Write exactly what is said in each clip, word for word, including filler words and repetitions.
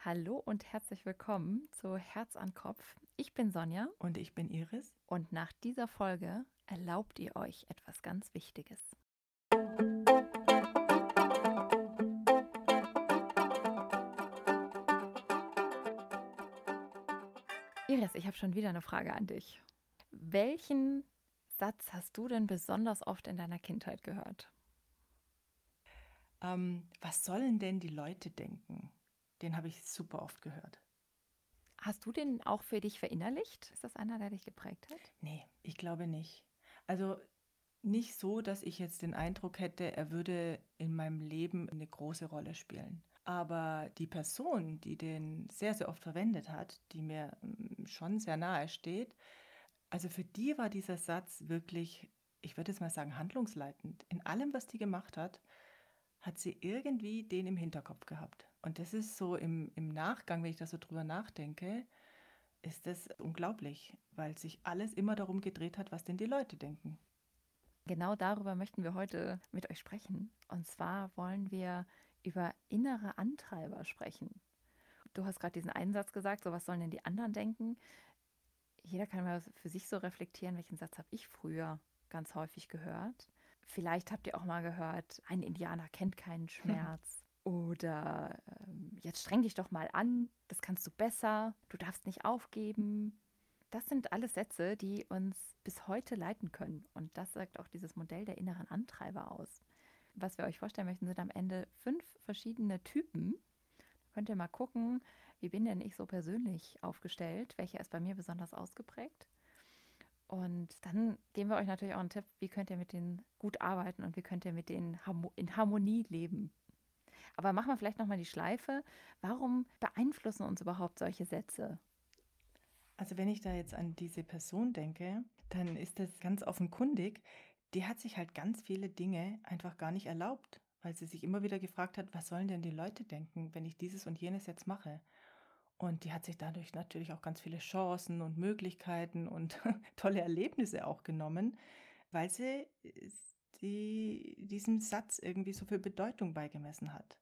Hallo und herzlich willkommen zu Herz an Kopf. Ich bin Sonja Und ich bin Iris. und nach dieser Folge erlaubt ihr euch etwas ganz Wichtiges. Iris, ich habe schon wieder eine Frage an dich. Welchen Satz hast du denn besonders oft in deiner Kindheit gehört? Ähm, was sollen denn die Leute denken? Den habe ich super oft gehört. Hast du den auch für dich verinnerlicht? Ist das einer, der dich geprägt hat? Nee, ich glaube nicht. Also nicht so, dass ich jetzt den Eindruck hätte, er würde in meinem Leben eine große Rolle spielen. Aber die Person, die den sehr, sehr oft verwendet hat, die mir mm, schon sehr nahe steht, also für die war dieser Satz wirklich, ich würde jetzt mal sagen, handlungsleitend. In allem, was die gemacht hat, hat sie irgendwie den im Hinterkopf gehabt. Und das ist so im, im Nachgang, wenn ich da so drüber nachdenke, ist das unglaublich, weil sich alles immer darum gedreht hat, was denn die Leute denken. Genau darüber möchten wir heute mit euch sprechen. Und zwar wollen wir über innere Antreiber sprechen. Du hast gerade diesen einen Satz gesagt, so was sollen denn die anderen denken? Jeder kann mal für sich so reflektieren, welchen Satz habe ich früher ganz häufig gehört. Vielleicht habt ihr auch mal gehört, ein Indianer kennt keinen Schmerz. Oder ähm, jetzt streng dich doch mal an, das kannst du besser, du darfst nicht aufgeben. Das sind alles Sätze, die uns bis heute leiten können. Und das sagt auch dieses Modell der inneren Antreiber aus. Was wir euch vorstellen möchten, sind am Ende fünf verschiedene Typen. Könnt ihr mal gucken, wie bin denn ich so persönlich aufgestellt? Welcher ist bei mir besonders ausgeprägt? Und dann geben wir euch natürlich auch einen Tipp, wie könnt ihr mit denen gut arbeiten und wie könnt ihr mit denen in Harmonie leben. Aber machen wir vielleicht nochmal die Schleife. Warum beeinflussen uns überhaupt solche Sätze? Also wenn ich da jetzt an diese Person denke, dann ist das ganz offenkundig, die hat sich halt ganz viele Dinge einfach gar nicht erlaubt, weil sie sich immer wieder gefragt hat, was sollen denn die Leute denken, wenn ich dieses und jenes jetzt mache? Und die hat sich dadurch natürlich auch ganz viele Chancen und Möglichkeiten und tolle Erlebnisse auch genommen, weil sie äh, die, diesem Satz irgendwie so viel Bedeutung beigemessen hat.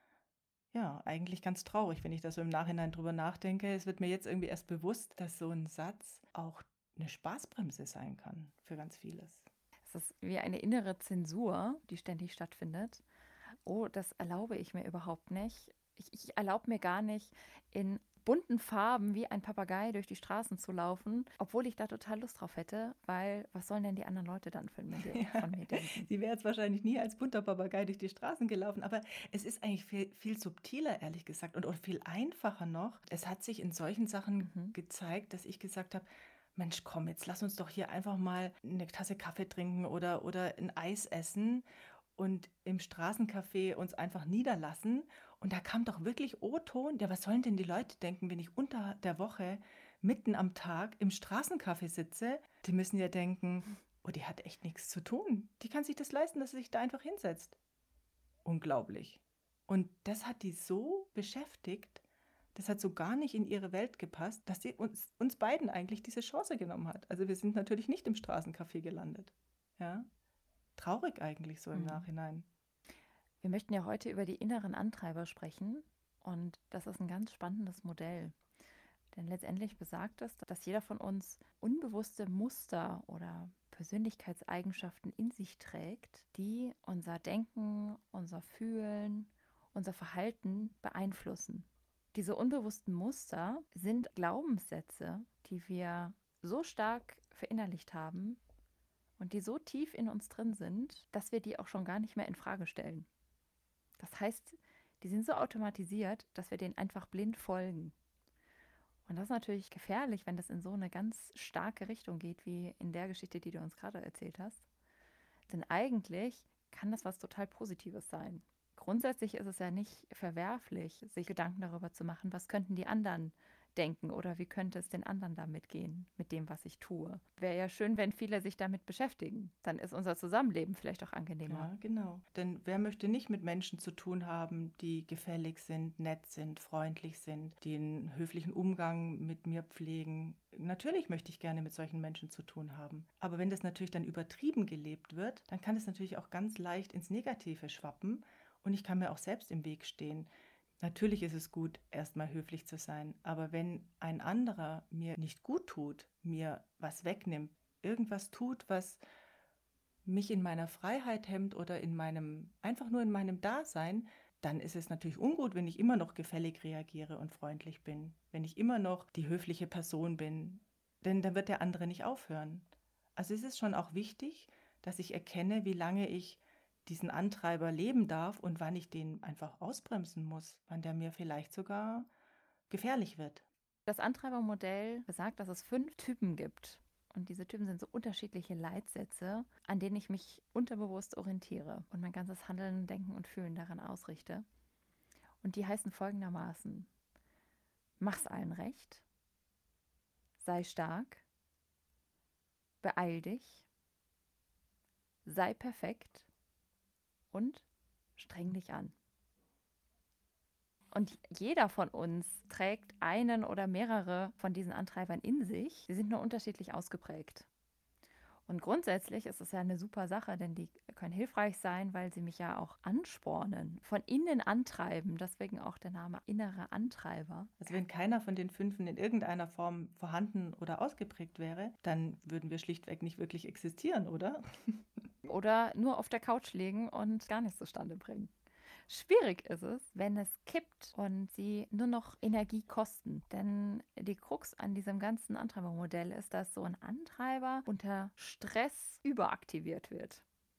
Ja, eigentlich ganz traurig, wenn ich da so im Nachhinein drüber nachdenke. Es wird mir jetzt irgendwie erst bewusst, dass so ein Satz auch eine Spaßbremse sein kann für ganz vieles. Es ist wie eine innere Zensur, die ständig stattfindet. Oh, das erlaube ich mir überhaupt nicht. Ich, ich erlaube mir gar nicht, in bunten Farben wie ein Papagei durch die Straßen zu laufen, obwohl ich da total Lust drauf hätte, weil was sollen denn die anderen Leute dann von mir, de Ja, von mir denken? sie wäre jetzt wahrscheinlich nie als bunter Papagei durch die Straßen gelaufen, aber es ist eigentlich viel, viel subtiler, ehrlich gesagt, und, und viel einfacher noch. Es hat sich in solchen Sachen Mhm. gezeigt, dass ich gesagt habe, Mensch, komm, jetzt lass uns doch hier einfach mal eine Tasse Kaffee trinken oder, oder ein Eis essen und im Straßencafé uns einfach niederlassen. Und da kam doch wirklich O-Ton, ja, was sollen denn die Leute denken, wenn ich unter der Woche mitten am Tag im Straßencafé sitze? Die müssen ja denken, oh, die hat echt nichts zu tun. Die kann sich das leisten, dass sie sich da einfach hinsetzt. Unglaublich. Und das hat die so beschäftigt, das hat so gar nicht in ihre Welt gepasst, dass sie uns, uns beiden eigentlich diese Chance genommen hat. Also wir sind natürlich nicht im Straßencafé gelandet. Ja, traurig eigentlich so im Mhm. Nachhinein. Wir möchten ja heute über die inneren Antreiber sprechen und das ist ein ganz spannendes Modell. Denn letztendlich besagt es, dass jeder von uns unbewusste Muster oder Persönlichkeitseigenschaften in sich trägt, die unser Denken, unser Fühlen, unser Verhalten beeinflussen. Diese unbewussten Muster sind Glaubenssätze, die wir so stark verinnerlicht haben und die so tief in uns drin sind, dass wir die auch schon gar nicht mehr in Frage stellen. Das heißt, die sind so automatisiert, dass wir denen einfach blind folgen. Und das ist natürlich gefährlich, wenn das in so eine ganz starke Richtung geht, wie in der Geschichte, die du uns gerade erzählt hast. Denn eigentlich kann das was total Positives sein. Grundsätzlich ist es ja nicht verwerflich, sich Gedanken darüber zu machen, was könnten die anderen denken oder wie könnte es den anderen damit gehen, mit dem, was ich tue. Wäre ja schön, wenn viele sich damit beschäftigen. Dann ist unser Zusammenleben vielleicht auch angenehmer. Ja, genau. Denn wer möchte nicht mit Menschen zu tun haben, die gefällig sind, nett sind, freundlich sind, die einen höflichen Umgang mit mir pflegen? Natürlich möchte ich gerne mit solchen Menschen zu tun haben. Aber wenn das natürlich dann übertrieben gelebt wird, dann kann es natürlich auch ganz leicht ins Negative schwappen und ich kann mir auch selbst im Weg stehen. Natürlich ist es gut, erstmal höflich zu sein, aber wenn ein anderer mir nicht gut tut, mir was wegnimmt, irgendwas tut, was mich in meiner Freiheit hemmt oder in meinem, einfach nur in meinem Dasein, dann ist es natürlich ungut, wenn ich immer noch gefällig reagiere und freundlich bin, wenn ich immer noch die höfliche Person bin, denn dann wird der andere nicht aufhören. Also es ist schon auch wichtig, dass ich erkenne, wie lange ich diesen Antreiber leben darf und wann ich den einfach ausbremsen muss, wann der mir vielleicht sogar gefährlich wird. Das Antreibermodell besagt, dass es fünf Typen gibt. Und diese Typen sind so unterschiedliche Leitsätze, an denen ich mich unterbewusst orientiere und mein ganzes Handeln, Denken und Fühlen daran ausrichte. Und die heißen folgendermaßen: Mach's allen recht, sei stark, beeil dich, sei perfekt und streng dich an. Und jeder von uns trägt einen oder mehrere von diesen Antreibern in sich. Sie sind nur unterschiedlich ausgeprägt. Und grundsätzlich ist es ja eine super Sache, denn die können hilfreich sein, weil sie mich ja auch anspornen, von innen antreiben. Deswegen auch der Name innere Antreiber. Also wenn keiner von den Fünfen in irgendeiner Form vorhanden oder ausgeprägt wäre, dann würden wir schlichtweg nicht wirklich existieren, oder? Oder nur auf der Couch liegen und gar nichts zustande bringen. Schwierig ist es, wenn es kippt und sie nur noch Energie kosten. Denn die Krux an diesem ganzen Antreibermodell ist, dass so ein Antreiber unter Stress überaktiviert wird.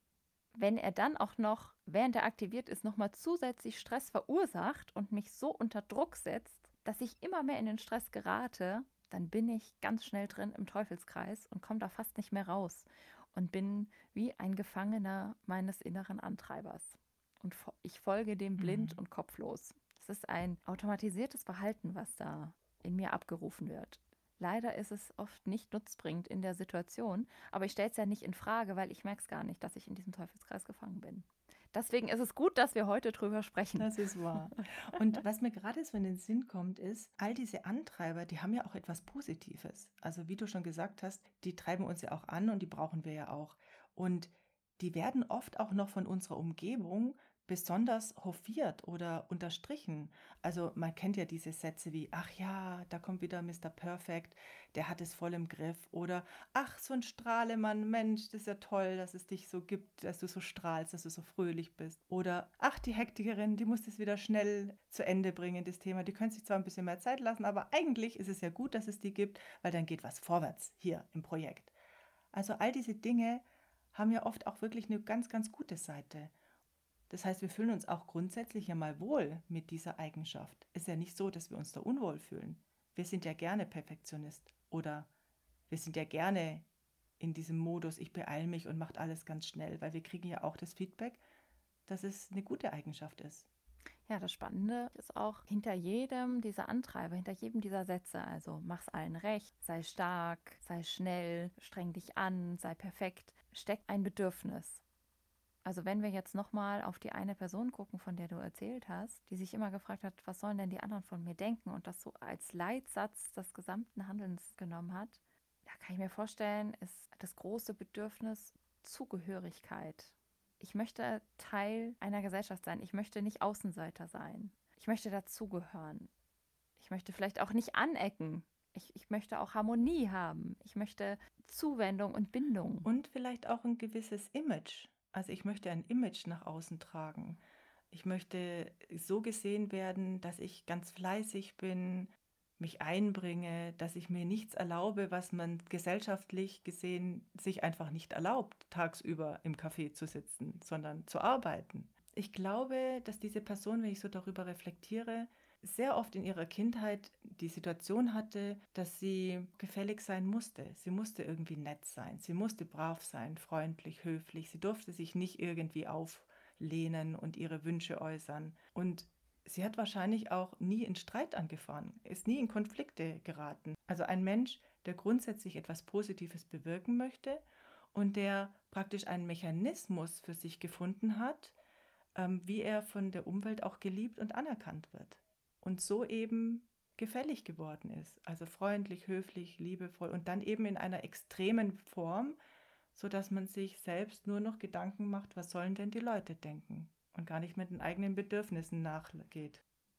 Wenn er dann auch noch, während er aktiviert ist, nochmal zusätzlich Stress verursacht und mich so unter Druck setzt, dass ich immer mehr in den Stress gerate, dann bin ich ganz schnell drin im Teufelskreis und komme da fast nicht mehr raus und bin wie ein Gefangener meines inneren Antreibers. Und ich folge dem blind Mhm. und kopflos. Das ist ein automatisiertes Verhalten, was da in mir abgerufen wird. Leider ist es oft nicht nutzbringend in der Situation, aber ich stelle es ja nicht in Frage, weil ich merke es gar nicht, dass ich in diesem Teufelskreis gefangen bin. Deswegen ist es gut, dass wir heute drüber sprechen. Das ist wahr. Und was mir gerade so in den Sinn kommt, ist, all diese Antreiber, die haben ja auch etwas Positives. Also wie du schon gesagt hast, die treiben uns ja auch an und die brauchen wir ja auch. Und die werden oft auch noch von unserer Umgebung besonders hofiert oder unterstrichen. Also man kennt ja diese Sätze wie, ach ja, da kommt wieder Mister Perfect, der hat es voll im Griff. Oder, ach, so ein Strahlemann, Mensch, das ist ja toll, dass es dich so gibt, dass du so strahlst, dass du so fröhlich bist. Oder, ach, die Hektikerin, die muss das wieder schnell zu Ende bringen, das Thema. Die können sich zwar ein bisschen mehr Zeit lassen, aber eigentlich ist es ja gut, dass es die gibt, weil dann geht was vorwärts hier im Projekt. Also all diese Dinge haben ja oft auch wirklich eine ganz, ganz gute Seite. Das heißt, wir fühlen uns auch grundsätzlich ja mal wohl mit dieser Eigenschaft. Ist ja nicht so, dass wir uns da unwohl fühlen. Wir sind ja gerne Perfektionist oder wir sind ja gerne in diesem Modus, ich beeile mich und mache alles ganz schnell, weil wir kriegen ja auch das Feedback, dass es eine gute Eigenschaft ist. Ja, das Spannende ist auch, hinter jedem dieser Antreiber, hinter jedem dieser Sätze, also mach's allen recht, sei stark, sei schnell, streng dich an, sei perfekt, steckt ein Bedürfnis. Also wenn wir jetzt nochmal auf die eine Person gucken, von der du erzählt hast, die sich immer gefragt hat, was sollen denn die anderen von mir denken und das so als Leitsatz des gesamten Handelns genommen hat, da kann ich mir vorstellen, ist das große Bedürfnis Zugehörigkeit. Ich möchte Teil einer Gesellschaft sein. Ich möchte nicht Außenseiter sein. Ich möchte dazugehören. Ich möchte vielleicht auch nicht anecken. Ich, ich möchte auch Harmonie haben. Ich möchte Zuwendung und Bindung. Und vielleicht auch ein gewisses Image. Also ich möchte ein Image nach außen tragen. Ich möchte so gesehen werden, dass ich ganz fleißig bin, mich einbringe, dass ich mir nichts erlaube, was man gesellschaftlich gesehen sich einfach nicht erlaubt, tagsüber im Café zu sitzen, sondern zu arbeiten. Ich glaube, dass diese Person, wenn ich so darüber reflektiere, sehr oft in ihrer Kindheit die Situation hatte, dass sie gefällig sein musste. Sie musste irgendwie nett sein, sie musste brav sein, freundlich, höflich. Sie durfte sich nicht irgendwie auflehnen und ihre Wünsche äußern. Und sie hat wahrscheinlich auch nie in Streit angefangen, ist nie in Konflikte geraten. Also ein Mensch, der grundsätzlich etwas Positives bewirken möchte und der praktisch einen Mechanismus für sich gefunden hat, ähm, wie er von der Umwelt auch geliebt und anerkannt wird. Und so eben gefällig geworden ist. Also freundlich, höflich, liebevoll und dann eben in einer extremen Form, sodass man sich selbst nur noch Gedanken macht, was sollen denn die Leute denken und gar nicht mit den eigenen Bedürfnissen nachgeht.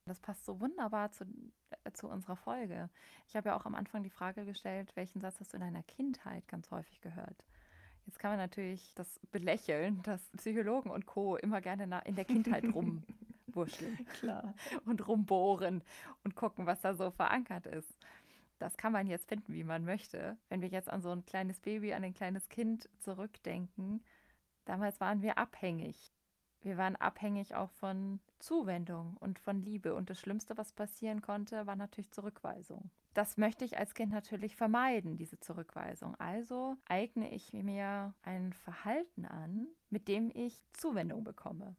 Das passt so wunderbar zu, äh, zu unserer Folge. Ich habe ja auch am Anfang die Frage gestellt, welchen Satz hast du in deiner Kindheit ganz häufig gehört? Jetzt kann man natürlich das belächeln, dass Psychologen und Co. immer gerne na- in der Kindheit rumwurschteln Klar. und rumbohren und gucken, was da so verankert ist. Das kann man jetzt finden, wie man möchte. Wenn wir jetzt an so ein kleines Baby, an ein kleines Kind zurückdenken, damals waren wir abhängig. Wir waren abhängig auch von Zuwendung und von Liebe. Und das Schlimmste, was passieren konnte, war natürlich Zurückweisung. Das möchte ich als Kind natürlich vermeiden, diese Zurückweisung. Also eigne ich mir ein Verhalten an, mit dem ich Zuwendung bekomme.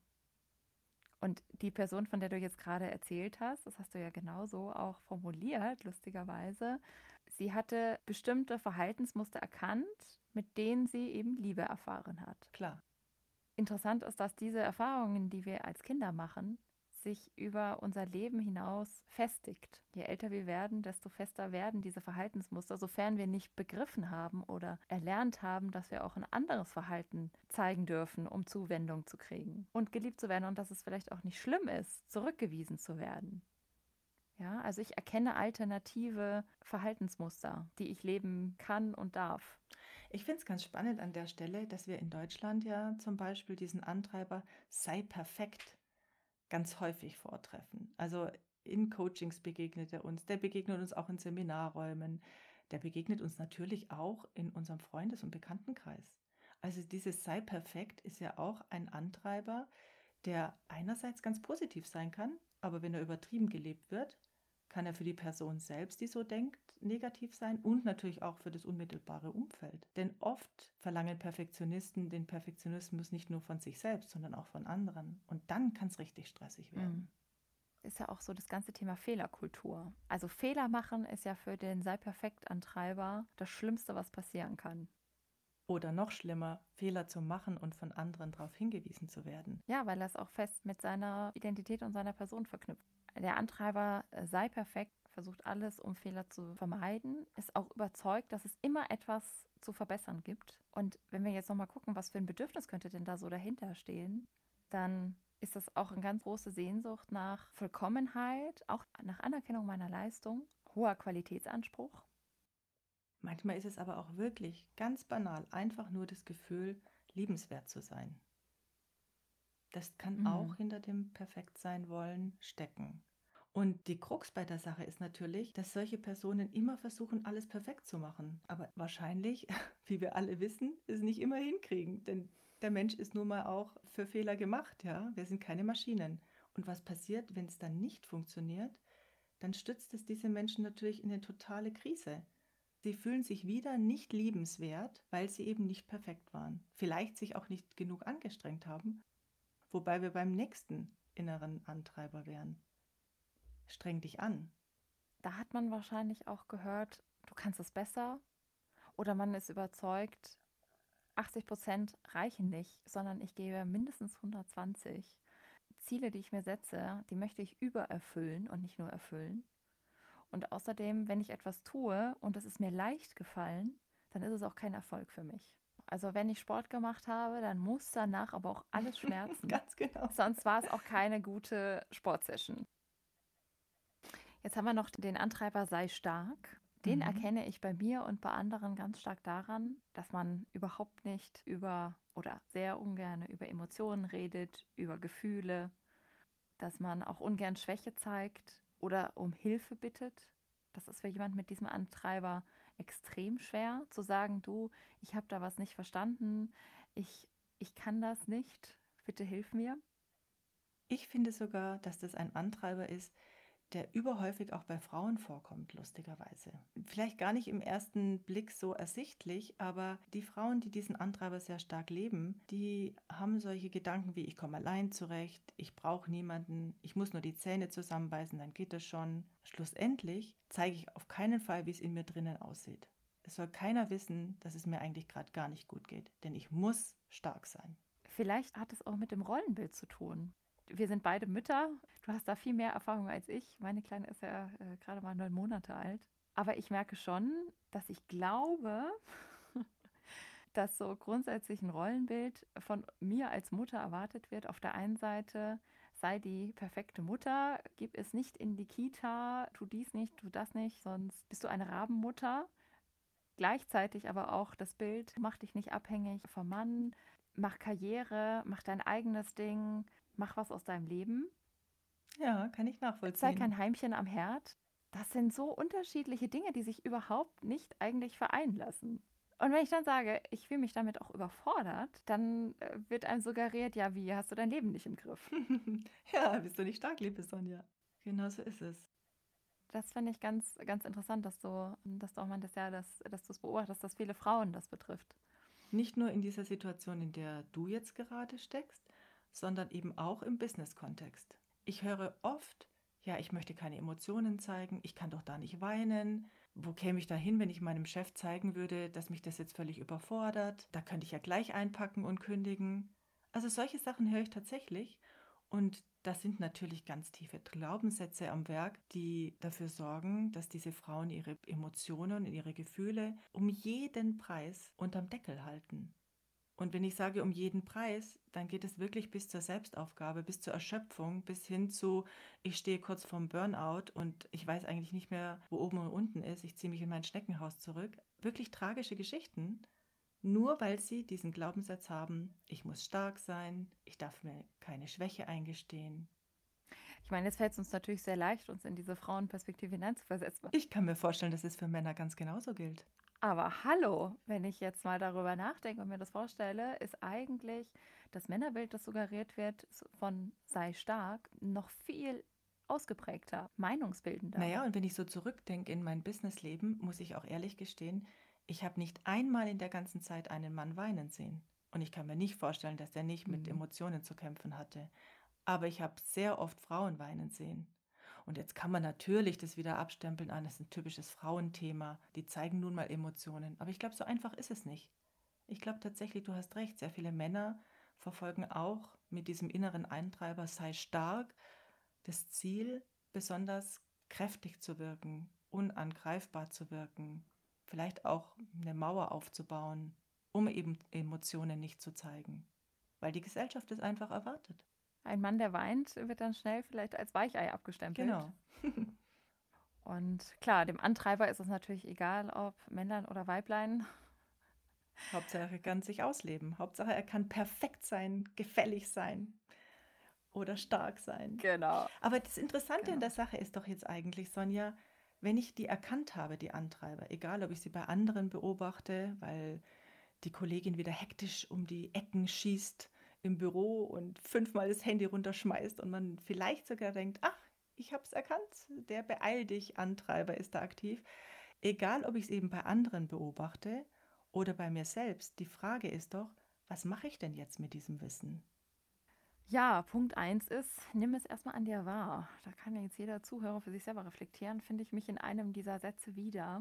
Und die Person, von der du jetzt gerade erzählt hast, das hast du ja genauso auch formuliert, lustigerweise, sie hatte bestimmte Verhaltensmuster erkannt, mit denen sie eben Liebe erfahren hat. Klar. Interessant ist, dass diese Erfahrungen, die wir als Kinder machen, sich über unser Leben hinaus festigt. Je älter wir werden, desto fester werden diese Verhaltensmuster, sofern wir nicht begriffen haben oder erlernt haben, dass wir auch ein anderes Verhalten zeigen dürfen, um Zuwendung zu kriegen und geliebt zu werden und dass es vielleicht auch nicht schlimm ist, zurückgewiesen zu werden. Ja, also ich erkenne alternative Verhaltensmuster, die ich leben kann und darf. Ich finde es ganz spannend an der Stelle, dass wir in Deutschland ja zum Beispiel diesen Antreiber sei perfekt ganz häufig vortreffen. Also in Coachings begegnet er uns, der begegnet uns auch in Seminarräumen, der begegnet uns natürlich auch in unserem Freundes- und Bekanntenkreis. Also dieses sei perfekt ist ja auch ein Antreiber, der einerseits ganz positiv sein kann, aber wenn er übertrieben gelebt wird, kann er für die Person selbst, die so denkt, negativ sein und natürlich auch für das unmittelbare Umfeld. Denn oft verlangen Perfektionisten den Perfektionismus nicht nur von sich selbst, sondern auch von anderen. Und dann kann es richtig stressig werden. Ist ja auch so das ganze Thema Fehlerkultur. Also Fehler machen ist ja für den Sei perfekt-Antreiber das Schlimmste, was passieren kann. Oder noch schlimmer, Fehler zu machen und von anderen darauf hingewiesen zu werden. Ja, weil er es auch fest mit seiner Identität und seiner Person verknüpft. Der Antreiber äh, Sei perfekt versucht alles, um Fehler zu vermeiden, ist auch überzeugt, dass es immer etwas zu verbessern gibt. Und wenn wir jetzt nochmal gucken, was für ein Bedürfnis könnte denn da so dahinter stehen, dann ist das auch eine ganz große Sehnsucht nach Vollkommenheit, auch nach Anerkennung meiner Leistung, hoher Qualitätsanspruch. Manchmal ist es aber auch wirklich ganz banal, einfach nur das Gefühl, liebenswert zu sein. Das kann auch Mhm. hinter dem Perfektsein wollen stecken. Und die Krux bei der Sache ist natürlich, dass solche Personen immer versuchen, alles perfekt zu machen. Aber wahrscheinlich, wie wir alle wissen, es nicht immer hinkriegen. Denn der Mensch ist nun mal auch für Fehler gemacht, ja. Wir sind keine Maschinen. Und was passiert, wenn es dann nicht funktioniert? Dann stützt es diese Menschen natürlich in eine totale Krise. Sie fühlen sich wieder nicht liebenswert, weil sie eben nicht perfekt waren. Vielleicht sich auch nicht genug angestrengt haben, wobei wir beim nächsten inneren Antreiber wären. Streng dich an. Da hat man wahrscheinlich auch gehört, du kannst es besser. Oder man ist überzeugt, achtzig Prozent reichen nicht, sondern ich gebe mindestens hundertzwanzig. Ziele, die ich mir setze, die möchte ich übererfüllen und nicht nur erfüllen. Und außerdem, wenn ich etwas tue und es ist mir leicht gefallen, dann ist es auch kein Erfolg für mich. Also wenn ich Sport gemacht habe, dann muss danach aber auch alles schmerzen. Ganz genau. Sonst war es auch keine gute Sportsession. Jetzt haben wir noch den Antreiber sei stark. Den Mhm. erkenne ich bei mir und bei anderen ganz stark daran, dass man überhaupt nicht über oder sehr ungern über Emotionen redet, über Gefühle, dass man auch ungern Schwäche zeigt oder um Hilfe bittet. Das ist für jemanden mit diesem Antreiber extrem schwer zu sagen, du, ich habe da was nicht verstanden, ich, ich kann das nicht, bitte hilf mir. Ich finde sogar, dass das ein Antreiber ist, der überhäufig auch bei Frauen vorkommt, lustigerweise. Vielleicht gar nicht im ersten Blick so ersichtlich, aber die Frauen, die diesen Antreiber sehr stark leben, die haben solche Gedanken wie, ich komme allein zurecht, ich brauche niemanden, ich muss nur die Zähne zusammenbeißen, dann geht das schon. Schlussendlich zeige ich auf keinen Fall, wie es in mir drinnen aussieht. Es soll keiner wissen, dass es mir eigentlich gerade gar nicht gut geht, denn ich muss stark sein. Vielleicht hat es auch mit dem Rollenbild zu tun. Wir sind beide Mütter. Du hast da viel mehr Erfahrung als ich. Meine Kleine ist ja äh, gerade mal neun Monate alt. Aber ich merke schon, dass ich glaube, dass so grundsätzlich ein Rollenbild von mir als Mutter erwartet wird. Auf der einen Seite sei die perfekte Mutter, gib es nicht in die Kita, tu dies nicht, tu das nicht, sonst bist du eine Rabenmutter. Gleichzeitig aber auch das Bild, mach dich nicht abhängig vom Mann, mach Karriere, mach dein eigenes Ding, mach was aus deinem Leben. Ja, kann ich Sei nachvollziehen. kein Heimchen am Herd. Das sind so unterschiedliche Dinge, die sich überhaupt nicht eigentlich vereinen lassen. Und wenn ich dann sage, ich fühle mich damit auch überfordert, dann äh, wird einem suggeriert, ja, wie hast du dein Leben nicht im Griff? Ja, bist du nicht stark, liebe Sonja? Genau so ist es. Das finde ich ganz, ganz interessant, dass du, dass du auch meintest, ja, dass, dass du es beobachtest, dass viele Frauen das betrifft. Nicht nur in dieser Situation, in der du jetzt gerade steckst, sondern eben auch im Business-Kontext. Ich höre oft, ja, ich möchte keine Emotionen zeigen, ich kann doch da nicht weinen. Wo käme ich da hin, wenn ich meinem Chef zeigen würde, dass mich das jetzt völlig überfordert? Da könnte ich ja gleich einpacken und kündigen. Also solche Sachen höre ich tatsächlich. Und das sind natürlich ganz tiefe Glaubenssätze am Werk, die dafür sorgen, dass diese Frauen ihre Emotionen und ihre Gefühle um jeden Preis unterm Deckel halten. Und wenn ich sage um jeden Preis, dann geht es wirklich bis zur Selbstaufgabe, bis zur Erschöpfung, bis hin zu, ich stehe kurz vorm Burnout und ich weiß eigentlich nicht mehr, wo oben und unten ist. Ich ziehe mich in mein Schneckenhaus zurück. Wirklich tragische Geschichten, nur weil sie diesen Glaubenssatz haben, ich muss stark sein, ich darf mir keine Schwäche eingestehen. Ich meine, jetzt fällt es uns natürlich sehr leicht, uns in diese Frauenperspektive hineinzuversetzen. Ich kann mir vorstellen, dass es für Männer ganz genauso gilt. Aber hallo, wenn ich jetzt mal darüber nachdenke und mir das vorstelle, ist eigentlich das Männerbild, das suggeriert wird von sei stark, noch viel ausgeprägter, meinungsbildender. Naja, und wenn ich so zurückdenke in mein Businessleben, muss ich auch ehrlich gestehen, ich habe nicht einmal in der ganzen Zeit einen Mann weinen sehen. Und ich kann mir nicht vorstellen, dass der nicht mit Mhm. Emotionen zu kämpfen hatte. Aber ich habe sehr oft Frauen weinen sehen. Und jetzt kann man natürlich das wieder abstempeln an, das ist ein typisches Frauenthema. Die zeigen nun mal Emotionen. Aber ich glaube, so einfach ist es nicht. Ich glaube tatsächlich, du hast recht, sehr viele Männer verfolgen auch mit diesem inneren Eintreiber, sei stark, das Ziel, besonders kräftig zu wirken, unangreifbar zu wirken, vielleicht auch eine Mauer aufzubauen, um eben Emotionen nicht zu zeigen, weil die Gesellschaft es einfach erwartet. Ein Mann, der weint, wird dann schnell vielleicht als Weichei abgestempelt. Genau. Und klar, dem Antreiber ist es natürlich egal, ob Männlein oder Weiblein. Hauptsache, er kann sich ausleben. Hauptsache, er kann perfekt sein, gefällig sein oder stark sein. Genau. Aber das Interessante Genau. in der Sache ist doch jetzt eigentlich, Sonja, wenn ich die erkannt habe, die Antreiber, egal ob ich sie bei anderen beobachte, weil die Kollegin wieder hektisch um die Ecken schießt im Büro und fünfmal das Handy runterschmeißt und man vielleicht sogar denkt, ach, ich habe es erkannt, der Beeil dich Antreiber ist da aktiv. Egal, ob ich es eben bei anderen beobachte oder bei mir selbst, die Frage ist doch, was mache ich denn jetzt mit diesem Wissen? Ja, Punkt eins ist, nimm es erstmal an dir wahr. Da kann ja jetzt jeder Zuhörer für sich selber reflektieren. Finde ich mich in einem dieser Sätze wieder?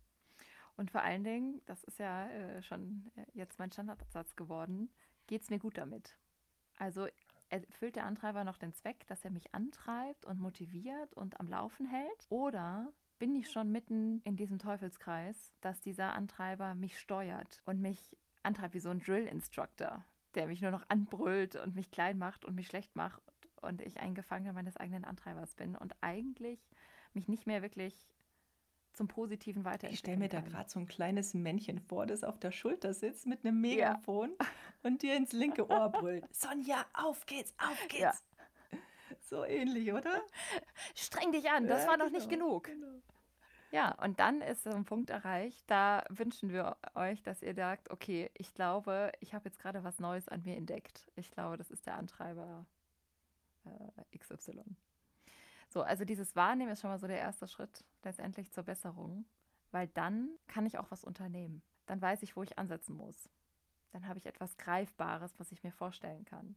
Und vor allen Dingen, das ist ja äh, schon äh, jetzt mein Standardsatz geworden, geht es mir gut damit? Also erfüllt der Antreiber noch den Zweck, dass er mich antreibt und motiviert und am Laufen hält? Oder bin ich schon mitten in diesem Teufelskreis, dass dieser Antreiber mich steuert und mich antreibt wie so ein Drill-Instructor, der mich nur noch anbrüllt und mich klein macht und mich schlecht macht und ich ein Gefangener meines eigenen Antreibers bin und eigentlich mich nicht mehr wirklich zum Positiven Ich stelle mir weiterentwickeln da kann. gerade so ein kleines Männchen vor, das auf der Schulter sitzt mit einem Ja, Megafon und dir ins linke Ohr brüllt. Sonja, auf geht's, auf ja. geht's. So ähnlich, oder? Streng dich an, das Ja, war noch nicht genau, genug. genau. Ja, und dann ist so ein Punkt erreicht, da wünschen wir euch, dass ihr sagt, okay, ich glaube, ich habe jetzt gerade was Neues an mir entdeckt. Ich glaube, das ist der Antreiber äh, X Y. So, also dieses Wahrnehmen ist schon mal so der erste Schritt letztendlich zur Besserung, weil dann kann ich auch was unternehmen. Dann weiß ich, wo ich ansetzen muss. Dann habe ich etwas Greifbares, was ich mir vorstellen kann.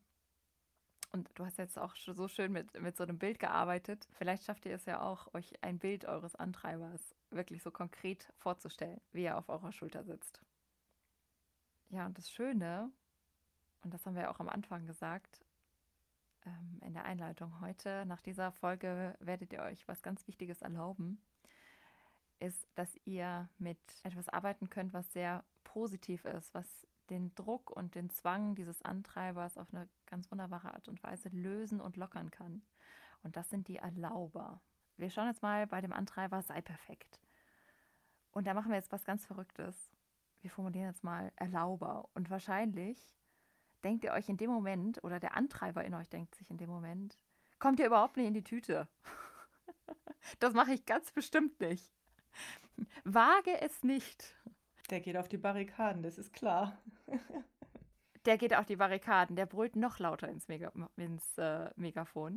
Und du hast jetzt auch so schön mit, mit so einem Bild gearbeitet. Vielleicht schafft ihr es ja auch, euch ein Bild eures Antreibers wirklich so konkret vorzustellen, wie er auf eurer Schulter sitzt. Ja, und das Schöne, und das haben wir ja auch am Anfang gesagt, ähm, in der Einleitung heute, nach dieser Folge werdet ihr euch was ganz Wichtiges erlauben, ist, dass ihr mit etwas arbeiten könnt, was sehr positiv ist, was den Druck und den Zwang dieses Antreibers auf eine ganz wunderbare Art und Weise lösen und lockern kann. Und das sind die Erlauber. Wir schauen jetzt mal bei dem Antreiber sei perfekt. Und da machen wir jetzt was ganz Verrücktes. Wir formulieren jetzt mal Erlauber. Und wahrscheinlich denkt ihr euch in dem Moment, oder der Antreiber in euch denkt sich in dem Moment, kommt ihr überhaupt nicht in die Tüte. Das mache ich ganz bestimmt nicht. Wage es nicht. Der geht auf die Barrikaden, das ist klar. Der geht auf die Barrikaden, der brüllt noch lauter ins, Mega ins äh, Megafon.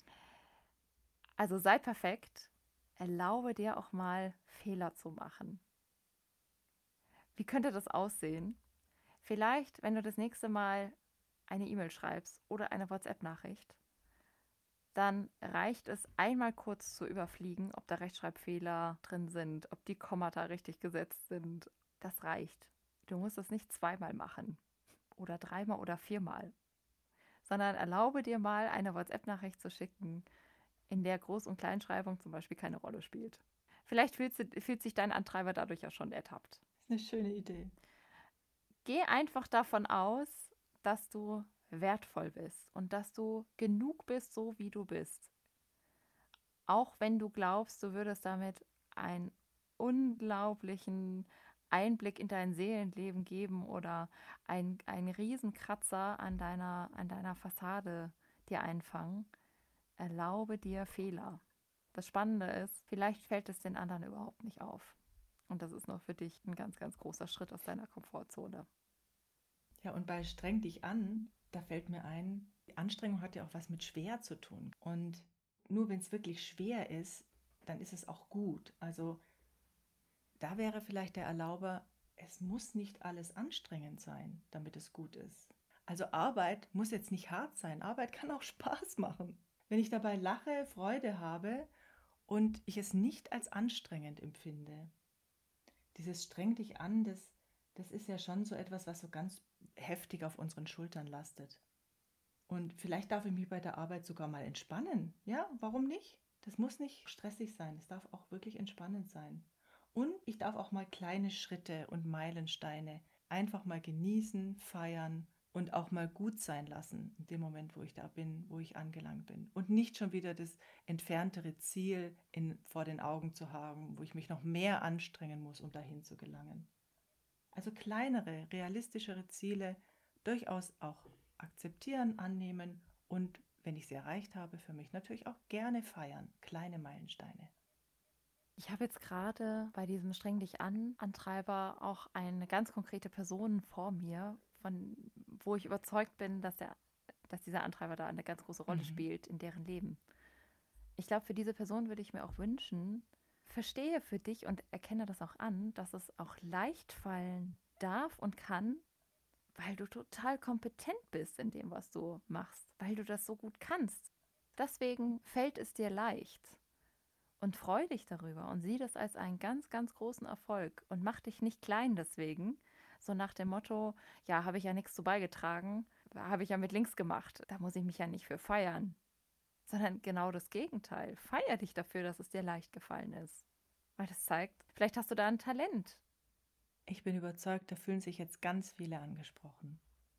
Also sei perfekt, erlaube dir auch mal Fehler zu machen. Wie könnte das aussehen? Vielleicht, wenn du das nächste Mal eine E-Mail schreibst oder eine WhatsApp-Nachricht, dann reicht es einmal kurz zu überfliegen, ob da Rechtschreibfehler drin sind, ob die Kommata richtig gesetzt sind. Das reicht. Du musst es nicht zweimal machen oder dreimal oder viermal, sondern erlaube dir mal eine WhatsApp-Nachricht zu schicken, in der Groß- und Kleinschreibung zum Beispiel keine Rolle spielt. Vielleicht fühlt, sie, fühlt sich dein Antreiber dadurch ja schon ertappt. Das ist eine schöne Idee. Geh einfach davon aus, dass du wertvoll bist und dass du genug bist, so wie du bist. Auch wenn du glaubst, du würdest damit einen unglaublichen Einblick in dein Seelenleben geben oder ein, einen Riesenkratzer an deiner, an deiner Fassade dir einfangen, erlaube dir Fehler. Das Spannende ist, vielleicht fällt es den anderen überhaupt nicht auf. Und das ist noch für dich ein ganz, ganz großer Schritt aus deiner Komfortzone. Ja, und bei streng dich an, da fällt mir ein, die Anstrengung hat ja auch was mit schwer zu tun. Und nur wenn es wirklich schwer ist, dann ist es auch gut. Also da wäre vielleicht der Erlauber, es muss nicht alles anstrengend sein, damit es gut ist. Also Arbeit muss jetzt nicht hart sein. Arbeit kann auch Spaß machen. Wenn ich dabei lache, Freude habe und ich es nicht als anstrengend empfinde. Dieses streng dich an, das, das ist ja schon so etwas, was so ganz heftig auf unseren Schultern lastet. Und vielleicht darf ich mich bei der Arbeit sogar mal entspannen. Ja, warum nicht? Das muss nicht stressig sein. Es darf auch wirklich entspannend sein. Und ich darf auch mal kleine Schritte und Meilensteine einfach mal genießen, feiern und auch mal gut sein lassen in dem Moment, wo ich da bin, wo ich angelangt bin. Und nicht schon wieder das entferntere Ziel in, vor den Augen zu haben, wo ich mich noch mehr anstrengen muss, um dahin zu gelangen. Also kleinere, realistischere Ziele durchaus auch akzeptieren, annehmen und, wenn ich sie erreicht habe, für mich natürlich auch gerne feiern. Kleine Meilensteine. Ich habe jetzt gerade bei diesem Streng dich an Antreiber auch eine ganz konkrete Person vor mir, von wo ich überzeugt bin, dass, der, dass dieser Antreiber da eine ganz große Rolle Mhm. spielt in deren Leben. Ich glaube, für diese Person würde ich mir auch wünschen, verstehe für dich und erkenne das auch an, dass es auch leicht fallen darf und kann, weil du total kompetent bist in dem, was du machst, weil du das so gut kannst. Deswegen fällt es dir leicht. Und freu dich darüber und sieh das als einen ganz, ganz großen Erfolg und mach dich nicht klein deswegen, so nach dem Motto, ja, habe ich ja nichts zu beigetragen, habe ich ja mit links gemacht, da muss ich mich ja nicht für feiern, sondern genau das Gegenteil. Feier dich dafür, dass es dir leicht gefallen ist, weil das zeigt, vielleicht hast du da ein Talent. Ich bin überzeugt, da fühlen sich jetzt ganz viele angesprochen.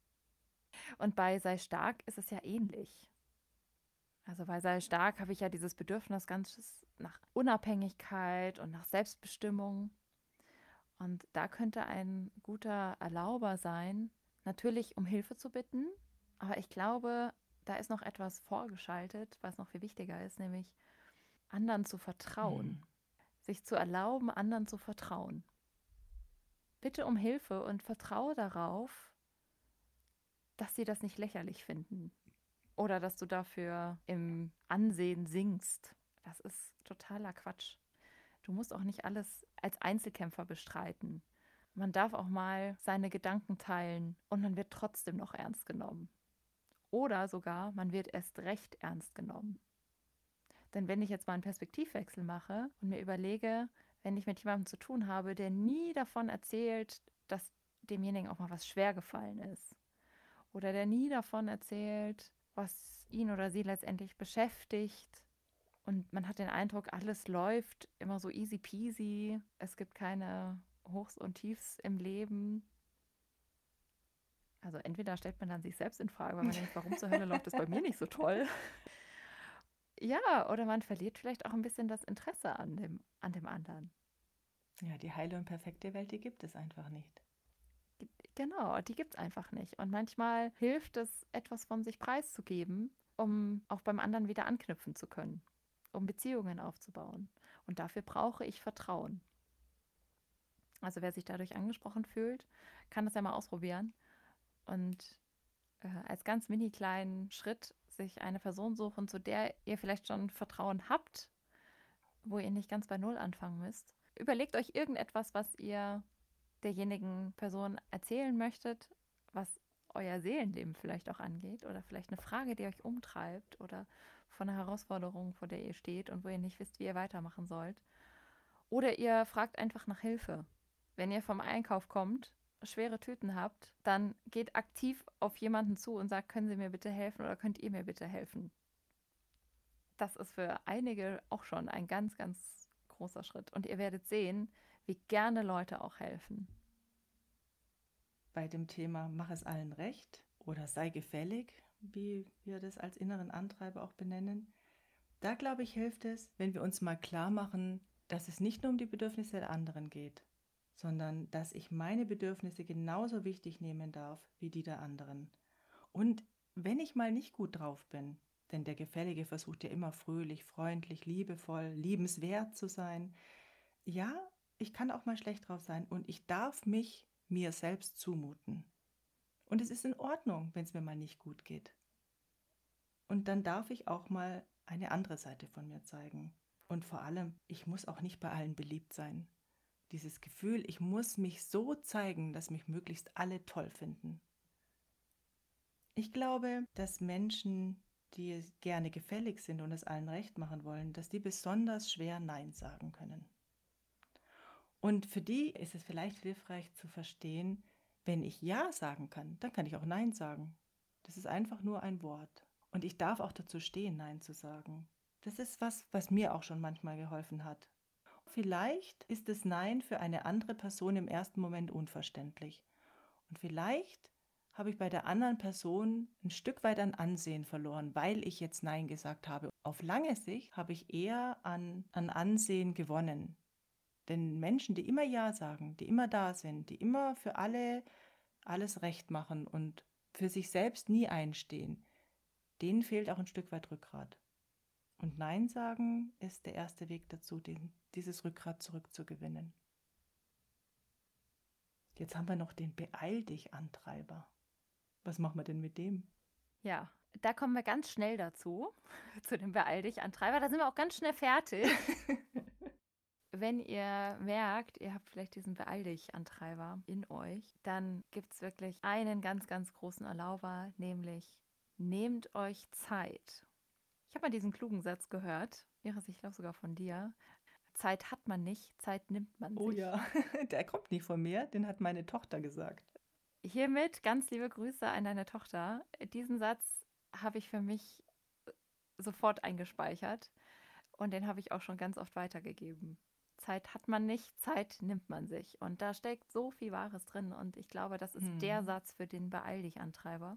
Und bei sei stark ist es ja ähnlich. Also bei sei stark habe ich ja dieses Bedürfnis ganz nach Unabhängigkeit und nach Selbstbestimmung. Und da könnte ein guter Erlauber sein, natürlich um Hilfe zu bitten, aber ich glaube, da ist noch etwas vorgeschaltet, was noch viel wichtiger ist, nämlich anderen zu vertrauen, Hm. sich zu erlauben, anderen zu vertrauen. Bitte um Hilfe und vertraue darauf, dass sie das nicht lächerlich finden oder dass du dafür im Ansehen singst. Das ist totaler Quatsch. Du musst auch nicht alles als Einzelkämpfer bestreiten. Man darf auch mal seine Gedanken teilen und man wird trotzdem noch ernst genommen. Oder sogar, man wird erst recht ernst genommen. Denn wenn ich jetzt mal einen Perspektivwechsel mache und mir überlege, wenn ich mit jemandem zu tun habe, der nie davon erzählt, dass demjenigen auch mal was schwer gefallen ist. Oder der nie davon erzählt, was ihn oder sie letztendlich beschäftigt. Und man hat den Eindruck, alles läuft immer so easy peasy. Es gibt keine Hochs und Tiefs im Leben. Also entweder stellt man dann sich selbst in Frage, weil man denkt, warum zur Hölle läuft das bei mir nicht so toll? Ja, oder man verliert vielleicht auch ein bisschen das Interesse an dem, an dem anderen. Ja, die heile und perfekte Welt, die gibt es einfach nicht. Genau, die gibt es einfach nicht. Und manchmal hilft es, etwas von sich preiszugeben, um auch beim anderen wieder anknüpfen zu können, um Beziehungen aufzubauen. Und dafür brauche ich Vertrauen. Also wer sich dadurch angesprochen fühlt, kann das ja mal ausprobieren und äh, als ganz mini kleinen Schritt sich eine Person suchen, zu der ihr vielleicht schon Vertrauen habt, wo ihr nicht ganz bei Null anfangen müsst. Überlegt euch irgendetwas, was ihr derjenigen Person erzählen möchtet, was euer Seelenleben vielleicht auch angeht oder vielleicht eine Frage, die euch umtreibt oder von einer Herausforderung, vor der ihr steht und wo ihr nicht wisst, wie ihr weitermachen sollt. Oder ihr fragt einfach nach Hilfe. Wenn ihr vom Einkauf kommt, schwere Tüten habt, dann geht aktiv auf jemanden zu und sagt, können Sie mir bitte helfen oder könnt ihr mir bitte helfen? Das ist für einige auch schon ein ganz, ganz großer Schritt. Und ihr werdet sehen, wie gerne Leute auch helfen. Bei dem Thema mach es allen recht oder sei gefällig, wie wir das als inneren Antreiber auch benennen, da glaube ich, hilft es, wenn wir uns mal klar machen, dass es nicht nur um die Bedürfnisse der anderen geht, sondern dass ich meine Bedürfnisse genauso wichtig nehmen darf wie die der anderen. Und wenn ich mal nicht gut drauf bin, denn der Gefällige versucht ja immer fröhlich, freundlich, liebevoll, liebenswert zu sein, ja, ich kann auch mal schlecht drauf sein und ich darf mich mir selbst zumuten. Und es ist in Ordnung, wenn es mir mal nicht gut geht. Und dann darf ich auch mal eine andere Seite von mir zeigen. Und vor allem, ich muss auch nicht bei allen beliebt sein. Dieses Gefühl, ich muss mich so zeigen, dass mich möglichst alle toll finden. Ich glaube, dass Menschen, die gerne gefällig sind und es allen recht machen wollen, dass die besonders schwer Nein sagen können. Und für die ist es vielleicht hilfreich zu verstehen, wenn ich Ja sagen kann, dann kann ich auch Nein sagen. Das ist einfach nur ein Wort. Und ich darf auch dazu stehen, Nein zu sagen. Das ist was, was mir auch schon manchmal geholfen hat. Vielleicht ist das Nein für eine andere Person im ersten Moment unverständlich. Und vielleicht habe ich bei der anderen Person ein Stück weit an Ansehen verloren, weil ich jetzt Nein gesagt habe. Auf lange Sicht habe ich eher an, an Ansehen gewonnen. Denn Menschen, die immer Ja sagen, die immer da sind, die immer für alle alles recht machen und für sich selbst nie einstehen, denen fehlt auch ein Stück weit Rückgrat. Und Nein sagen ist der erste Weg dazu, den, dieses Rückgrat zurückzugewinnen. Jetzt haben wir noch den Beeil dich Antreiber. Was machen wir denn mit dem? Ja, da kommen wir ganz schnell dazu, zu dem Beeil dich Antreiber. Da sind wir auch ganz schnell fertig. Wenn ihr merkt, ihr habt vielleicht diesen Beeil dich Antreiber in euch, dann gibt es wirklich einen ganz, ganz großen Erlauber, nämlich nehmt euch Zeit. Ich habe mal diesen klugen Satz gehört, Iris, ich glaube sogar von dir. Zeit hat man nicht, Zeit nimmt man Oh sich. ja, der kommt nicht von mir, den hat meine Tochter gesagt. Hiermit ganz liebe Grüße an deine Tochter. Diesen Satz habe ich für mich sofort eingespeichert und den habe ich auch schon ganz oft weitergegeben. Zeit hat man nicht, Zeit nimmt man sich. Und da steckt so viel Wahres drin und ich glaube, das ist Hm. der Satz für den Beeil dich Antreiber.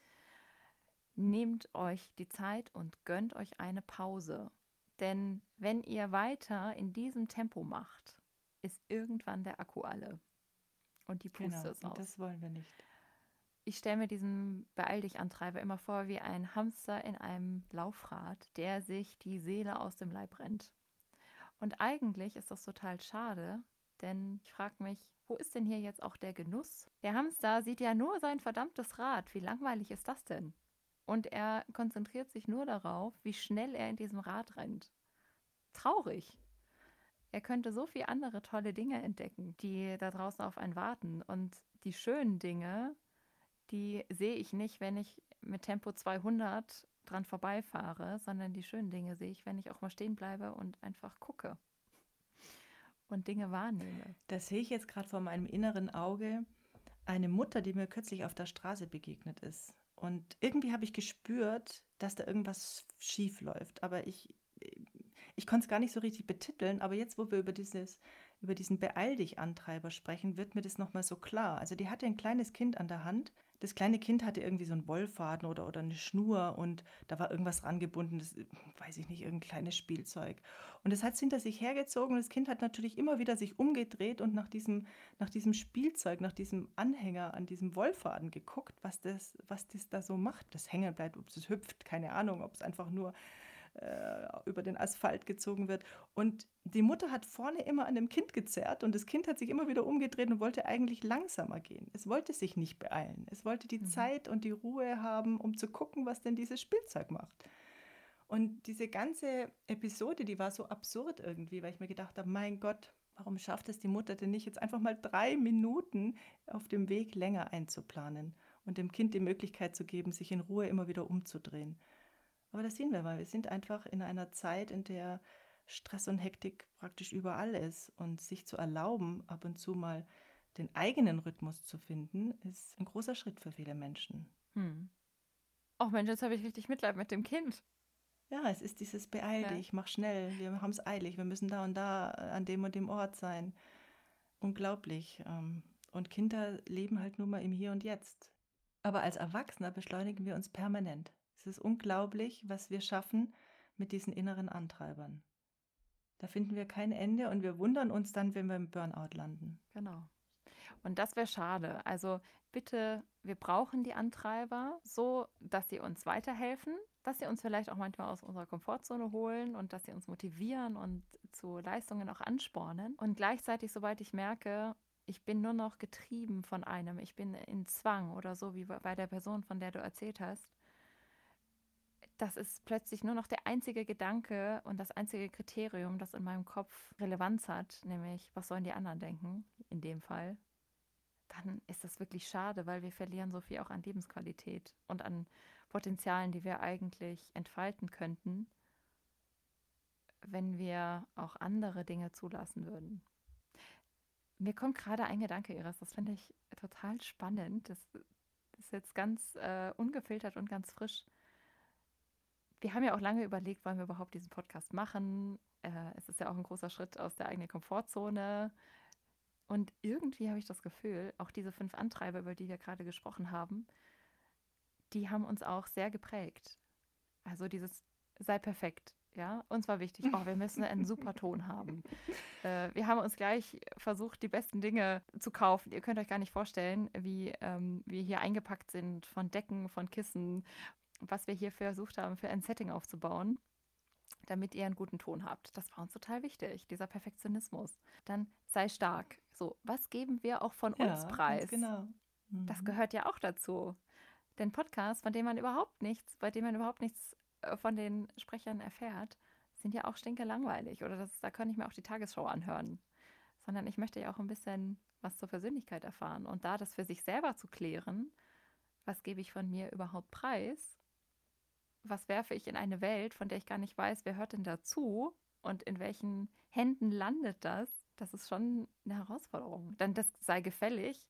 Nehmt euch die Zeit und gönnt euch eine Pause. Denn wenn ihr weiter in diesem Tempo macht, ist irgendwann der Akku alle. Und die Puste Genau, ist und aus. das wollen wir nicht. Ich stelle mir diesen Beeil dich Antreiber immer vor wie ein Hamster in einem Laufrad, der sich die Seele aus dem Leib rennt. Und eigentlich ist das total schade, denn ich frage mich, wo ist denn hier jetzt auch der Genuss? Der Hamster sieht ja nur sein verdammtes Rad. Wie langweilig ist das denn? Und er konzentriert sich nur darauf, wie schnell er in diesem Rad rennt. Traurig. Er könnte so viele andere tolle Dinge entdecken, die da draußen auf einen warten. Und die schönen Dinge, die sehe ich nicht, wenn ich mit Tempo zweihundert dran vorbeifahre, sondern die schönen Dinge sehe ich, wenn ich auch mal stehen bleibe und einfach gucke und Dinge wahrnehme. Das sehe ich jetzt gerade vor meinem inneren Auge. Eine Mutter, die mir kürzlich auf der Straße begegnet ist. Und irgendwie habe ich gespürt, dass da irgendwas schief läuft. Aber ich, ich konnte es gar nicht so richtig betiteln. Aber jetzt, wo wir über dieses über diesen Beeil-dich-Antreiber sprechen, wird mir das nochmal so klar. Also die hatte ein kleines Kind an der Hand. Das kleine Kind hatte irgendwie so einen Wollfaden oder, oder eine Schnur und da war irgendwas rangebunden, das, weiß ich nicht, irgendein kleines Spielzeug. Und das hat es hinter sich hergezogen und das Kind hat natürlich immer wieder sich umgedreht und nach diesem, nach diesem Spielzeug, nach diesem Anhänger an diesem Wollfaden geguckt, was das, was das da so macht. Das hängen bleibt, ob es hüpft, keine Ahnung, ob es einfach nur äh, über den Asphalt gezogen wird. Und die Mutter hat vorne immer an dem Kind gezerrt und das Kind hat sich immer wieder umgedreht und wollte eigentlich langsamer gehen. Es wollte sich nicht beeilen. Es wollte die Mhm. Zeit und die Ruhe haben, um zu gucken, was denn dieses Spielzeug macht. Und diese ganze Episode, die war so absurd irgendwie, weil ich mir gedacht habe, mein Gott, warum schafft es die Mutter denn nicht, jetzt einfach mal drei Minuten auf dem Weg länger einzuplanen und dem Kind die Möglichkeit zu geben, sich in Ruhe immer wieder umzudrehen. Aber das sehen wir mal. Wir sind einfach in einer Zeit, in der Stress und Hektik praktisch überall ist. Und sich zu erlauben, ab und zu mal den eigenen Rhythmus zu finden, ist ein großer Schritt für viele Menschen. Hm. Oh Mensch, jetzt habe ich richtig Mitleid mit dem Kind. Ja, es ist dieses Beeil Ja. dich, mach schnell, wir haben es eilig, wir müssen da und da äh, an dem und dem Ort sein. Unglaublich. ähm, Und Kinder leben halt nur mal im Hier und Jetzt. Aber als Erwachsener beschleunigen wir uns permanent. Es ist unglaublich, was wir schaffen mit diesen inneren Antreibern. Da finden wir kein Ende und wir wundern uns dann, wenn wir im Burnout landen. Genau. Und das wäre schade. Also bitte, wir brauchen die Antreiber so, dass sie uns weiterhelfen, dass sie uns vielleicht auch manchmal aus unserer Komfortzone holen und dass sie uns motivieren und zu Leistungen auch anspornen. Und gleichzeitig, sobald ich merke, ich bin nur noch getrieben von einem, ich bin in Zwang oder so wie bei der Person, von der du erzählt hast, das ist plötzlich nur noch der einzige Gedanke und das einzige Kriterium, das in meinem Kopf Relevanz hat, nämlich, was sollen die anderen denken, in dem Fall, dann ist das wirklich schade, weil wir verlieren so viel auch an Lebensqualität und an Potenzialen, die wir eigentlich entfalten könnten, wenn wir auch andere Dinge zulassen würden. Mir kommt gerade ein Gedanke, Iris, das finde ich total spannend. Das ist jetzt ganz äh, ungefiltert und ganz frisch. Wir haben ja auch lange überlegt, wollen wir überhaupt diesen Podcast machen. Äh, es ist ja auch ein großer Schritt aus der eigenen Komfortzone. Und irgendwie habe ich das Gefühl, auch diese fünf Antreiber, über die wir gerade gesprochen haben, die haben uns auch sehr geprägt. Also dieses sei perfekt, ja. Uns war wichtig, oh, wir müssen einen super Ton haben. Äh, wir haben uns gleich versucht, die besten Dinge zu kaufen. Ihr könnt euch gar nicht vorstellen, wie ähm, wir hier eingepackt sind von Decken, von Kissen, was wir hier versucht haben, für ein Setting aufzubauen, damit ihr einen guten Ton habt. Das war uns total wichtig, dieser Perfektionismus. Dann sei stark. So, was geben wir auch von uns Ja, ganz preis? genau. Das Mhm. gehört ja auch dazu. Denn Podcasts, von denen man überhaupt nichts, bei denen man überhaupt nichts äh, von den Sprechern erfährt, sind ja auch stinke langweilig. Oder das, da kann ich mir auch die Tagesschau anhören. Sondern ich möchte ja auch ein bisschen was zur Persönlichkeit erfahren. Und da das für sich selber zu klären, was gebe ich von mir überhaupt preis? Was werfe ich in eine Welt, von der ich gar nicht weiß, wer hört denn dazu? Und in welchen Händen landet das? Das ist schon eine Herausforderung. Denn das sei gefällig.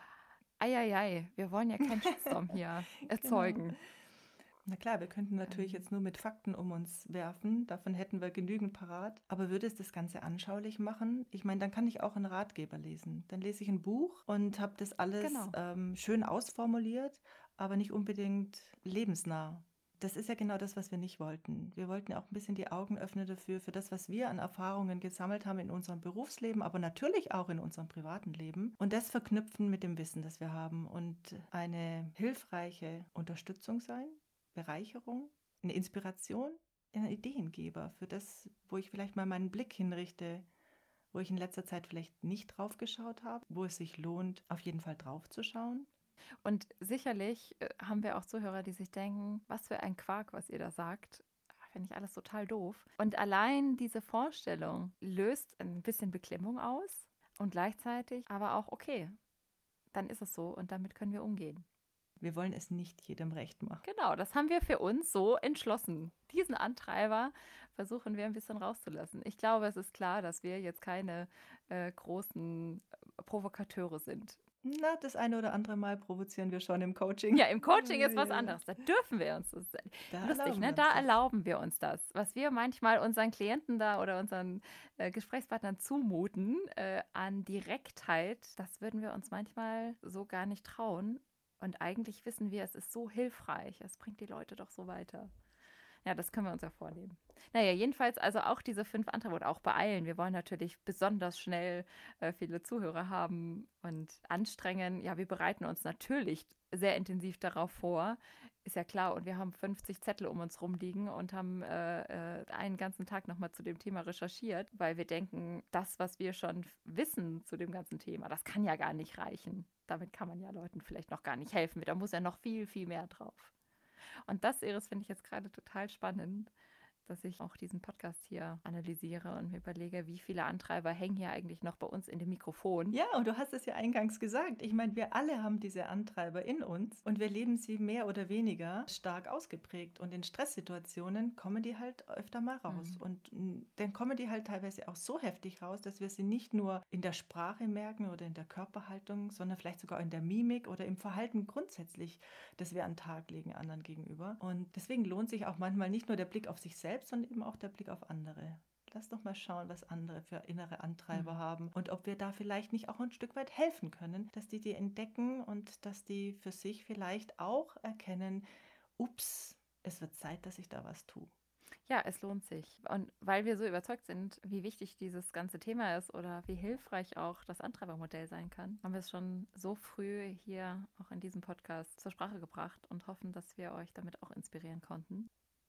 Eieiei, wir wollen ja keinen Shitstorm hier Genau. erzeugen. Na klar, wir könnten natürlich Ähm, jetzt nur mit Fakten um uns werfen. Davon hätten wir genügend parat. Aber würde es das Ganze anschaulich machen? Ich meine, dann kann ich auch einen Ratgeber lesen. Dann lese ich ein Buch und habe das alles genau. ähm, schön ausformuliert, aber nicht unbedingt lebensnah. Das ist ja genau das, was wir nicht wollten. Wir wollten ja auch ein bisschen die Augen öffnen dafür, für das, was wir an Erfahrungen gesammelt haben in unserem Berufsleben, aber natürlich auch in unserem privaten Leben. Und das verknüpfen mit dem Wissen, das wir haben und eine hilfreiche Unterstützung sein. Bereicherung, eine Inspiration, ein Ideengeber für das, wo ich vielleicht mal meinen Blick hinrichte, wo ich in letzter Zeit vielleicht nicht drauf geschaut habe, wo es sich lohnt, auf jeden Fall drauf zu schauen. Und sicherlich äh, haben wir auch Zuhörer, die sich denken, was für ein Quark, was ihr da sagt. Finde ich alles total doof. Und allein diese Vorstellung löst ein bisschen Beklemmung aus und gleichzeitig aber auch, okay, dann ist es so und damit können wir umgehen. Wir wollen es nicht jedem recht machen. Genau, das haben wir für uns so entschlossen. Diesen Antreiber versuchen wir ein bisschen rauszulassen. Ich glaube, es ist klar, dass wir jetzt keine äh, großen Provokateure sind. Na, das eine oder andere Mal provozieren wir schon im Coaching. Ja, im Coaching ist was anderes. Da dürfen wir uns das. Da Lustig, erlauben ne? wir uns Da das. erlauben wir uns das. Was wir manchmal unseren Klienten da oder unseren äh, Gesprächspartnern zumuten äh, an Direktheit, das würden wir uns manchmal so gar nicht trauen. Und eigentlich wissen wir, es ist so hilfreich. Es bringt die Leute doch so weiter. Ja, das können wir uns ja vornehmen. Naja, jedenfalls also auch diese fünf Anträge oder auch beeilen. Wir wollen natürlich besonders schnell äh, viele Zuhörer haben und anstrengen. Ja, wir bereiten uns natürlich sehr intensiv darauf vor. Ist ja klar. Und wir haben fünfzig Zettel um uns rumliegen und haben äh, äh, einen ganzen Tag nochmal zu dem Thema recherchiert, weil wir denken, das, was wir schon wissen zu dem ganzen Thema, das kann ja gar nicht reichen. Damit kann man ja Leuten vielleicht noch gar nicht helfen. Da muss ja noch viel, viel mehr drauf. Und das, Iris, finde ich jetzt gerade total spannend, dass ich auch diesen Podcast hier analysiere und mir überlege, wie viele Antreiber hängen hier eigentlich noch bei uns in dem Mikrofon. Ja, und du hast es ja eingangs gesagt. Ich meine, wir alle haben diese Antreiber in uns und wir leben sie mehr oder weniger stark ausgeprägt. Und in Stresssituationen kommen die halt öfter mal raus. Mhm. Und mm, dann kommen die halt teilweise auch so heftig raus, dass wir sie nicht nur in der Sprache merken oder in der Körperhaltung, sondern vielleicht sogar in der Mimik oder im Verhalten grundsätzlich, das wir an den Tag legen anderen gegenüber. Und deswegen lohnt sich auch manchmal nicht nur der Blick auf sich selbst, sondern eben auch der Blick auf andere. Lass doch mal schauen, was andere für innere Antreiber Mhm. haben und ob wir da vielleicht nicht auch ein Stück weit helfen können, dass die die entdecken und dass die für sich vielleicht auch erkennen, ups, es wird Zeit, dass ich da was tue. Ja, es lohnt sich. Und weil wir so überzeugt sind, wie wichtig dieses ganze Thema ist oder wie hilfreich auch das Antreibermodell sein kann, haben wir es schon so früh hier auch in diesem Podcast zur Sprache gebracht und hoffen, dass wir euch damit auch inspirieren konnten.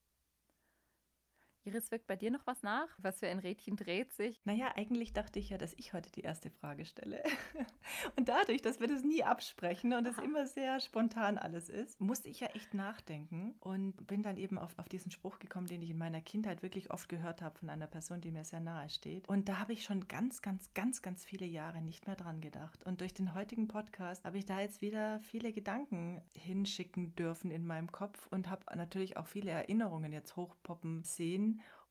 Iris, wirkt bei dir noch was nach? Was für ein Rädchen dreht sich? Naja, eigentlich dachte ich ja, dass ich heute die erste Frage stelle. Und dadurch, dass wir das nie absprechen und es Aha. immer sehr spontan alles ist, musste ich ja echt nachdenken und bin dann eben auf, auf diesen Spruch gekommen, den ich in meiner Kindheit wirklich oft gehört habe von einer Person, die mir sehr nahe steht. Und da habe ich schon ganz, ganz, ganz, ganz viele Jahre nicht mehr dran gedacht. Und durch den heutigen Podcast habe ich da jetzt wieder viele Gedanken hinschicken dürfen in meinem Kopf und habe natürlich auch viele Erinnerungen jetzt hochpoppen sehen.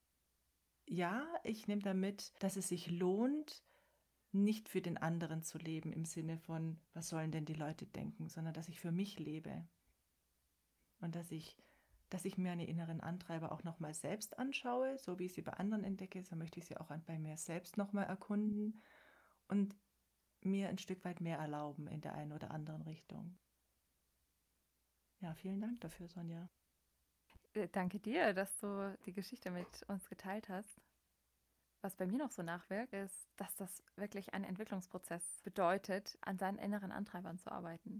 Ja, ich nehme damit, dass es sich lohnt, nicht für den anderen zu leben im Sinne von, was sollen denn die Leute denken, sondern dass ich für mich lebe. Und dass ich, dass ich mir meine inneren Antreiber auch nochmal selbst anschaue, so wie ich sie bei anderen entdecke, so möchte ich sie auch bei mir selbst nochmal erkunden und mir ein Stück weit mehr erlauben in der einen oder anderen Richtung. Ja, vielen Dank dafür, Sonja. Danke dir, dass du die Geschichte mit uns geteilt hast. Was bei mir noch so nachwirkt, ist, dass das wirklich ein Entwicklungsprozess bedeutet, an seinen inneren Antreibern zu arbeiten.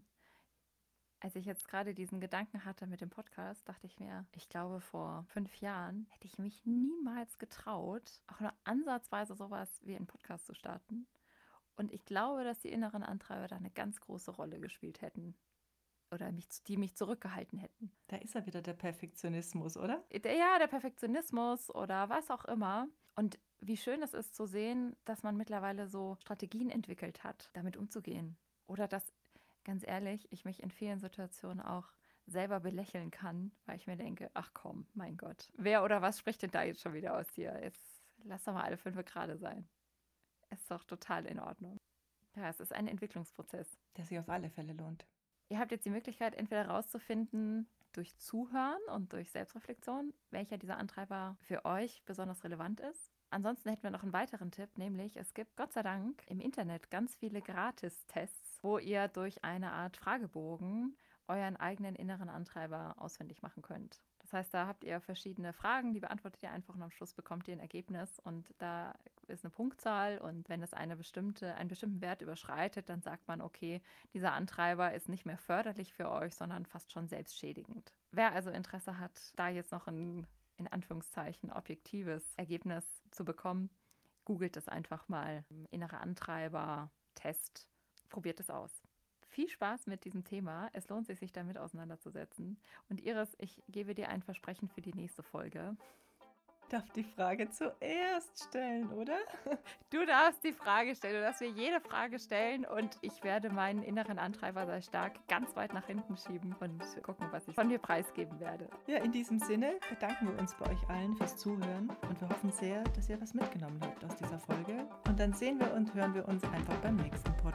Als ich jetzt gerade diesen Gedanken hatte mit dem Podcast, dachte ich mir, ich glaube, vor fünf Jahren hätte ich mich niemals getraut, auch nur ansatzweise sowas wie einen Podcast zu starten. Und ich glaube, dass die inneren Antreiber da eine ganz große Rolle gespielt hätten. Oder mich, die mich zurückgehalten hätten. Da ist ja wieder der Perfektionismus, oder? Ja, der Perfektionismus oder was auch immer. Und wie schön es ist zu sehen, dass man mittlerweile so Strategien entwickelt hat, damit umzugehen. Oder dass, ganz ehrlich, ich mich in vielen Situationen auch selber belächeln kann, weil ich mir denke, ach komm, mein Gott, wer oder was spricht denn da jetzt schon wieder aus dir? Jetzt lass doch mal alle fünf gerade sein. Ist doch total in Ordnung. Ja, es ist ein Entwicklungsprozess. Der sich auf alle Fälle lohnt. Ihr habt jetzt die Möglichkeit, entweder herauszufinden durch Zuhören und durch Selbstreflexion, welcher dieser Antreiber für euch besonders relevant ist. Ansonsten hätten wir noch einen weiteren Tipp, nämlich es gibt Gott sei Dank im Internet ganz viele Gratistests, wo ihr durch eine Art Fragebogen euren eigenen inneren Antreiber ausfindig machen könnt. Das heißt, da habt ihr verschiedene Fragen, die beantwortet ihr einfach und am Schluss bekommt ihr ein Ergebnis und da ist eine Punktzahl und wenn es eine bestimmte, einen bestimmten Wert überschreitet, dann sagt man, okay, dieser Antreiber ist nicht mehr förderlich für euch, sondern fast schon selbstschädigend. Wer also Interesse hat, da jetzt noch ein, in Anführungszeichen, objektives Ergebnis zu bekommen, googelt es einfach mal. Innere Antreiber, Test, probiert es aus. Viel Spaß mit diesem Thema. Es lohnt sich, sich damit auseinanderzusetzen. Und Iris, ich gebe dir ein Versprechen für die nächste Folge. Ich darf die Frage zuerst stellen, oder? Du darfst die Frage stellen. Du darfst mir jede Frage stellen und ich werde meinen inneren Antreiber sehr stark ganz weit nach hinten schieben und gucken, was ich von dir preisgeben werde. Ja, in diesem Sinne bedanken wir uns bei euch allen fürs Zuhören und wir hoffen sehr, dass ihr was mitgenommen habt aus dieser Folge. Und dann sehen wir und hören wir uns einfach beim nächsten Podcast.